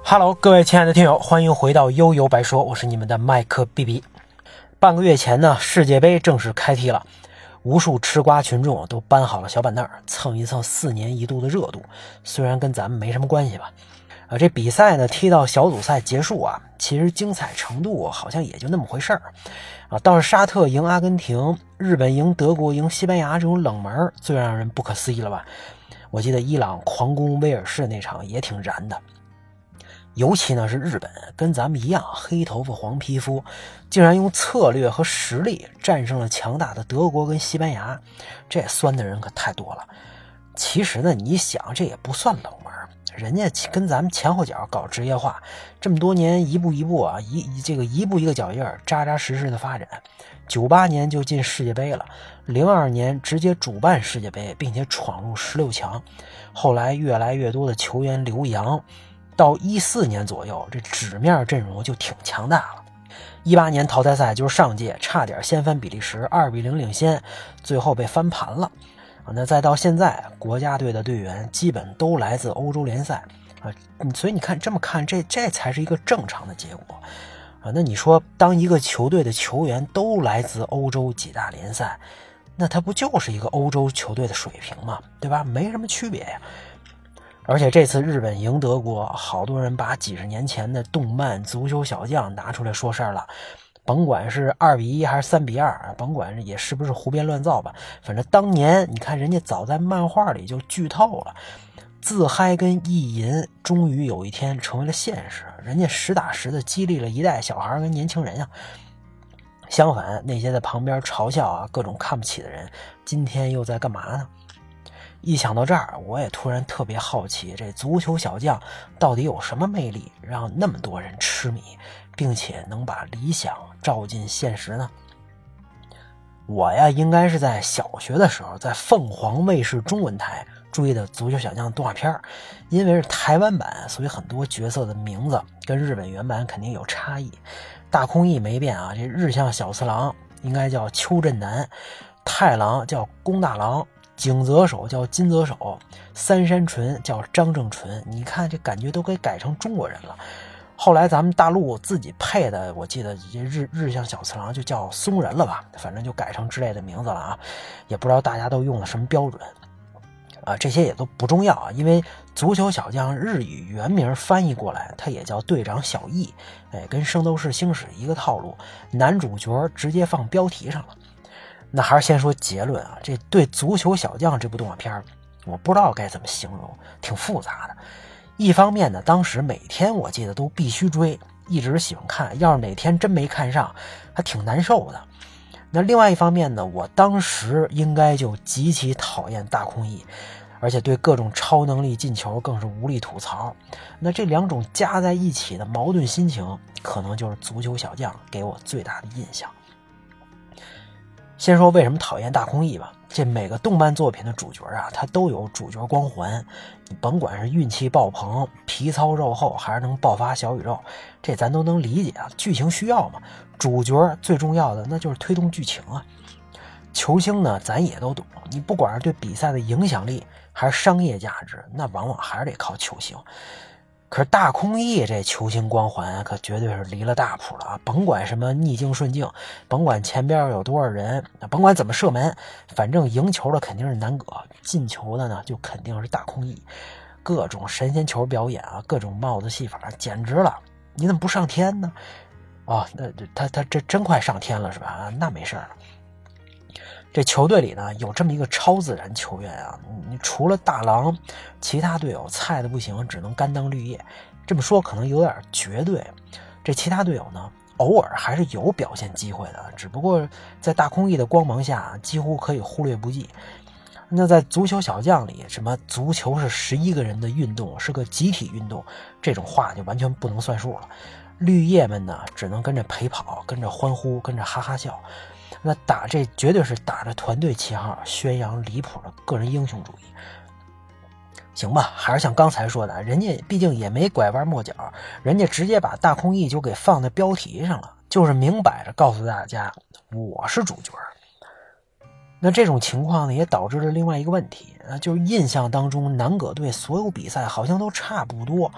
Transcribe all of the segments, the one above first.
Hello， 各位亲爱的听友，欢迎回到悠悠白说，我是你们的麦克 BB。半个月前呢，世界杯正式开踢了，无数吃瓜群众都搬好了小板凳，蹭一蹭4年一度的热度。虽然跟咱们没什么关系吧，这比赛呢踢到小组赛结束啊，其实精彩程度好像也就那么回事儿啊。倒是沙特赢阿根廷、日本赢德国、赢西班牙这种冷门最让人不可思议了吧？我记得伊朗狂攻威尔士那场也挺燃的。尤其呢是日本，跟咱们一样黑头发黄皮肤，竟然用策略和实力战胜了强大的德国跟西班牙，这酸的人可太多了。其实呢，你想这也不算冷门，人家跟咱们前后脚搞职业化，这么多年一步一步啊，一步一个脚印，扎扎实实的发展。98年就进世界杯了，02年直接主办世界杯，并且闯入16强，后来越来越多的球员留洋。到14年左右，这纸面阵容就挺强大了。18年淘汰赛就是上届差点掀翻比利时2-0领先，最后被翻盘了。那再到现在，国家队的队员基本都来自欧洲联赛啊，所以你看这么看，这才是一个正常的结果啊。那你说，当一个球队的球员都来自欧洲几大联赛，那他不就是一个欧洲球队的水平吗？对吧？没什么区别呀。而且这次日本赢德国，好多人把几十年前的动漫足球小将拿出来说事儿了，甭管是2-1还是3-2，甭管也是不是胡编乱造吧，反正当年你看人家早在漫画里就剧透了，自嗨跟意淫终于有一天成为了现实，人家实打实的激励了一代小孩跟年轻人啊。相反，那些在旁边嘲笑啊各种看不起的人，今天又在干嘛呢？一想到这儿，我也突然特别好奇，这足球小将到底有什么魅力，让那么多人痴迷，并且能把理想照进现实呢？我呀，应该是在小学的时候，在凤凰卫视中文台追的足球小将动画片，因为是台湾版，所以很多角色的名字跟日本原版肯定有差异。大空翼没变啊，这日向小次郎应该叫邱振南，太郎叫宫大郎，井泽守叫金泽守，三山纯叫张正纯，你看这感觉都给改成中国人了。后来咱们大陆自己配的，我记得日向小次郎就叫松仁了吧，反正就改成之类的名字了啊，也不知道大家都用了什么标准啊，这些也都不重要啊，因为足球小将日语原名翻译过来，它也叫队长小易，跟圣斗士星矢一个套路，男主角直接放标题上了。那还是先说结论啊，这对足球小将这部动画片，我不知道该怎么形容，挺复杂的。一方面呢，当时每天我记得都必须追，一直喜欢看，要是哪天真没看上，还挺难受的。那另外一方面呢，我当时应该就极其讨厌大空翼，而且对各种超能力进球更是无力吐槽。那这两种加在一起的矛盾心情，可能就是足球小将给我最大的印象。先说为什么讨厌大空翼吧，这每个动漫作品的主角啊，他都有主角光环，你甭管是运气爆棚、皮糙肉厚，还是能爆发小宇宙，这咱都能理解啊，剧情需要嘛。主角最重要的那就是推动剧情啊。球星呢，咱也都懂，你不管是对比赛的影响力，还是商业价值，那往往还是得靠球星。可是大空翼这球星光环可绝对是离了大谱了啊！甭管什么逆境顺境，甭管前边有多少人，甭管怎么射门，反正赢球的肯定是南葛，进球的呢就肯定是大空翼。各种神仙球表演啊，各种帽子戏法，简直了！你怎么不上天呢？哦，那他这真快上天了是吧？啊，那没事了。这球队里呢有这么一个超自然球员啊，你除了大郎，其他队友菜的不行，只能甘当绿叶。这么说可能有点绝对，这其他队友呢偶尔还是有表现机会的，只不过在大空翼的光芒下几乎可以忽略不计。那在足球小将里，什么足球是11个人的运动，是个集体运动，这种话就完全不能算数了。绿叶们呢只能跟着陪跑，跟着欢呼，跟着哈哈笑。那这绝对是打着团队旗号宣扬离谱的个人英雄主义。行吧，还是像刚才说的，人家毕竟也没拐弯抹角，人家直接把大空翼就给放在标题上了，就是明摆着告诉大家我是主角。那这种情况呢，也导致了另外一个问题，就是印象当中南葛队所有比赛好像都差不多，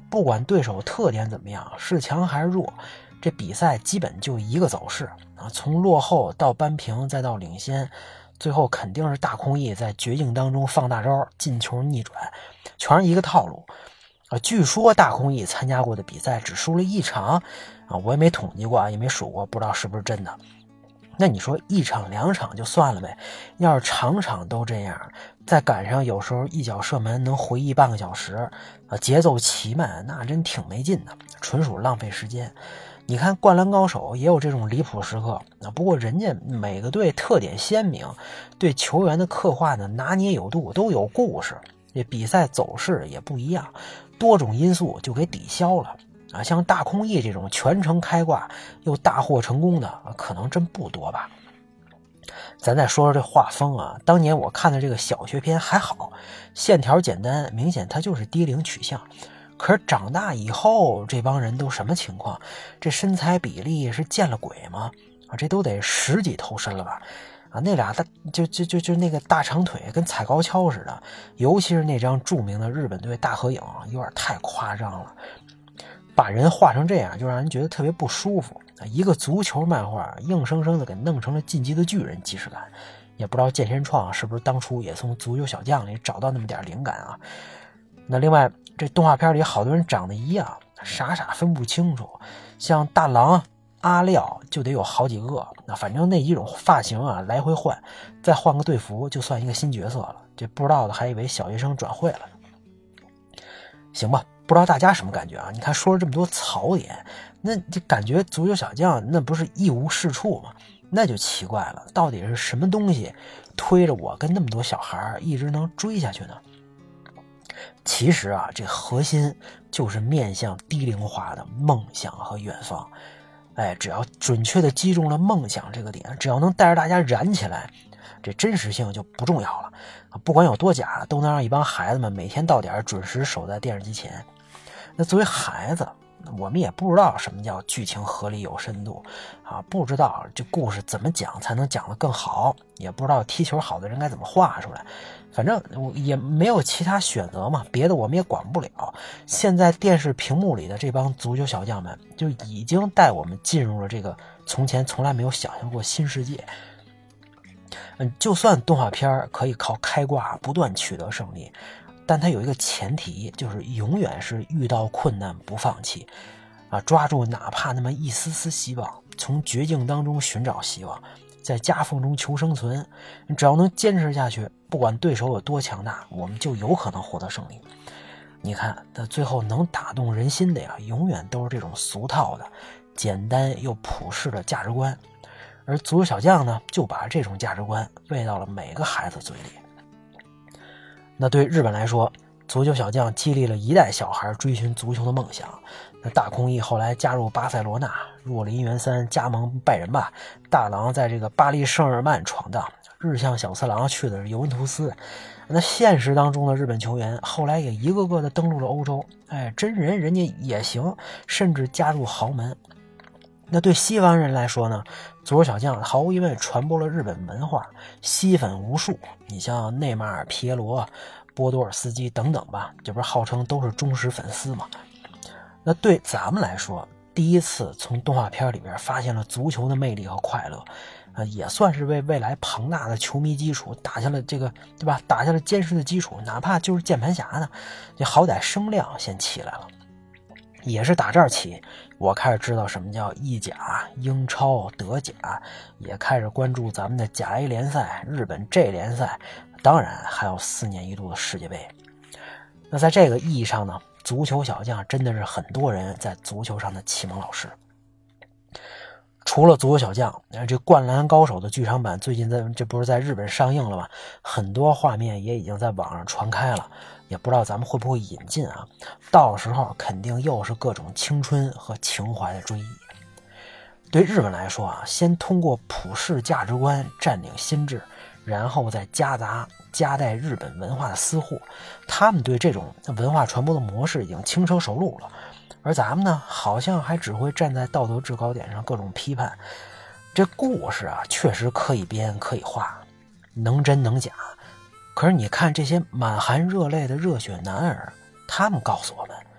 不管对手特点怎么样，是强还是弱，这比赛基本就一个走势啊，从落后到扳平再到领先，最后肯定是大空翼在绝境当中放大招，进球逆转，全是一个套路啊。据说大空翼参加过的比赛只输了1场啊，我也没统计过啊，也没数过，不知道是不是真的。那你说1场2场就算了呗，要是场场都这样，再赶上有时候一脚射门能回忆半个小时啊，节奏奇慢，那真挺没劲的，纯属浪费时间。你看灌篮高手也有这种离谱时刻啊，不过人家每个队特点鲜明，对球员的刻画呢拿捏有度，都有故事，这比赛走势也不一样，多种因素就给抵消了啊。像大空翼这种全程开挂又大获成功的可能真不多吧。咱再说说这画风啊，当年我看的这个小学片还好，线条简单，明显它就是低龄取向。可是长大以后，这帮人都什么情况？这身材比例是见了鬼吗？啊，这都得10几头身了吧？啊，那俩就那个大长腿跟踩高跷似的，尤其是那张著名的日本队大合影，有点太夸张了，把人画成这样，就让人觉得特别不舒服。一个足球漫画，硬生生的给弄成了进击的巨人即视感，也不知道剑天创是不是当初也从足球小将里找到那么点灵感啊？那另外，这动画片里好多人长得一样，傻分不清楚。像大郎、阿廖就得有好几个，那反正那几种发型啊，来回换，再换个队服就算一个新角色了。这不知道的还以为小学生转会了。行吧，不知道大家什么感觉啊？你看说了这么多槽点，那就感觉足球小将那不是一无是处吗？那就奇怪了，到底是什么东西推着我跟那么多小孩一直能追下去呢？其实啊，这核心就是面向低龄化的梦想和远方。哎，只要准确的击中了梦想这个点，只要能带着大家燃起来，这真实性就不重要了。不管有多假，都能让一帮孩子们每天到点准时守在电视机前。那作为孩子，我们也不知道什么叫剧情合理有深度啊，不知道这故事怎么讲才能讲得更好，也不知道踢球好的人该怎么画出来。反正也没有其他选择嘛，别的我们也管不了。现在电视屏幕里的这帮足球小将们就已经带我们进入了这个从前从来没有想象过新世界。就算动画片可以靠开挂不断取得胜利，但它有一个前提，就是永远是遇到困难不放弃啊，抓住哪怕那么一丝丝希望，从绝境当中寻找希望，在夹缝中求生存。只要能坚持下去，不管对手有多强大，我们就有可能获得胜利。你看，那最后能打动人心的呀，永远都是这种俗套的、简单又普世的价值观。而足球小将呢，就把这种价值观喂到了每个孩子嘴里。那对日本来说，足球小将激励了一代小孩追寻足球的梦想。那大空翼后来加入巴塞罗那，若林元三加盟拜仁吧，大郎在这个巴黎圣日耳曼闯荡，日向小次郎去的是尤文图斯。那现实当中的日本球员后来也一个个的登陆了欧洲，哎，真人人家也行，甚至加入豪门。那对西方人来说呢，足球小将毫无疑问传播了日本文化，吸粉无数。你像内马尔、皮耶罗、波多尔斯基等等吧，这不是号称都是忠实粉丝吗？那对咱们来说，第一次从动画片里边发现了足球的魅力和快乐，也算是为未来庞大的球迷基础打下了这个，对吧？打下了坚实的基础，哪怕就是键盘侠呢，这好歹声量先起来了。也是打这儿起，我开始知道什么叫意甲、英超、德甲，也开始关注咱们的甲 A 联赛、日本 J 联赛，当然还有4年一度的世界杯。那在这个意义上呢，足球小将真的是很多人在足球上的启蒙老师。除了足球小将，这灌篮高手的剧场版最近这不是在日本上映了吗？很多画面也已经在网上传开了，也不知道咱们会不会引进啊，到时候肯定又是各种青春和情怀的追忆。对日本来说啊，先通过普世价值观占领心智，然后再夹带日本文化的私货，他们对这种文化传播的模式已经轻车熟路了。而咱们呢，好像还只会站在道德制高点上各种批判。这故事啊，确实可以编可以画，能真能假。可是你看这些满含热泪的热血男儿，他们告诉我们，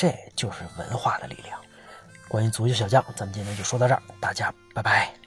这就是文化的力量。关于足球小将，咱们今天就说到这儿，大家拜拜。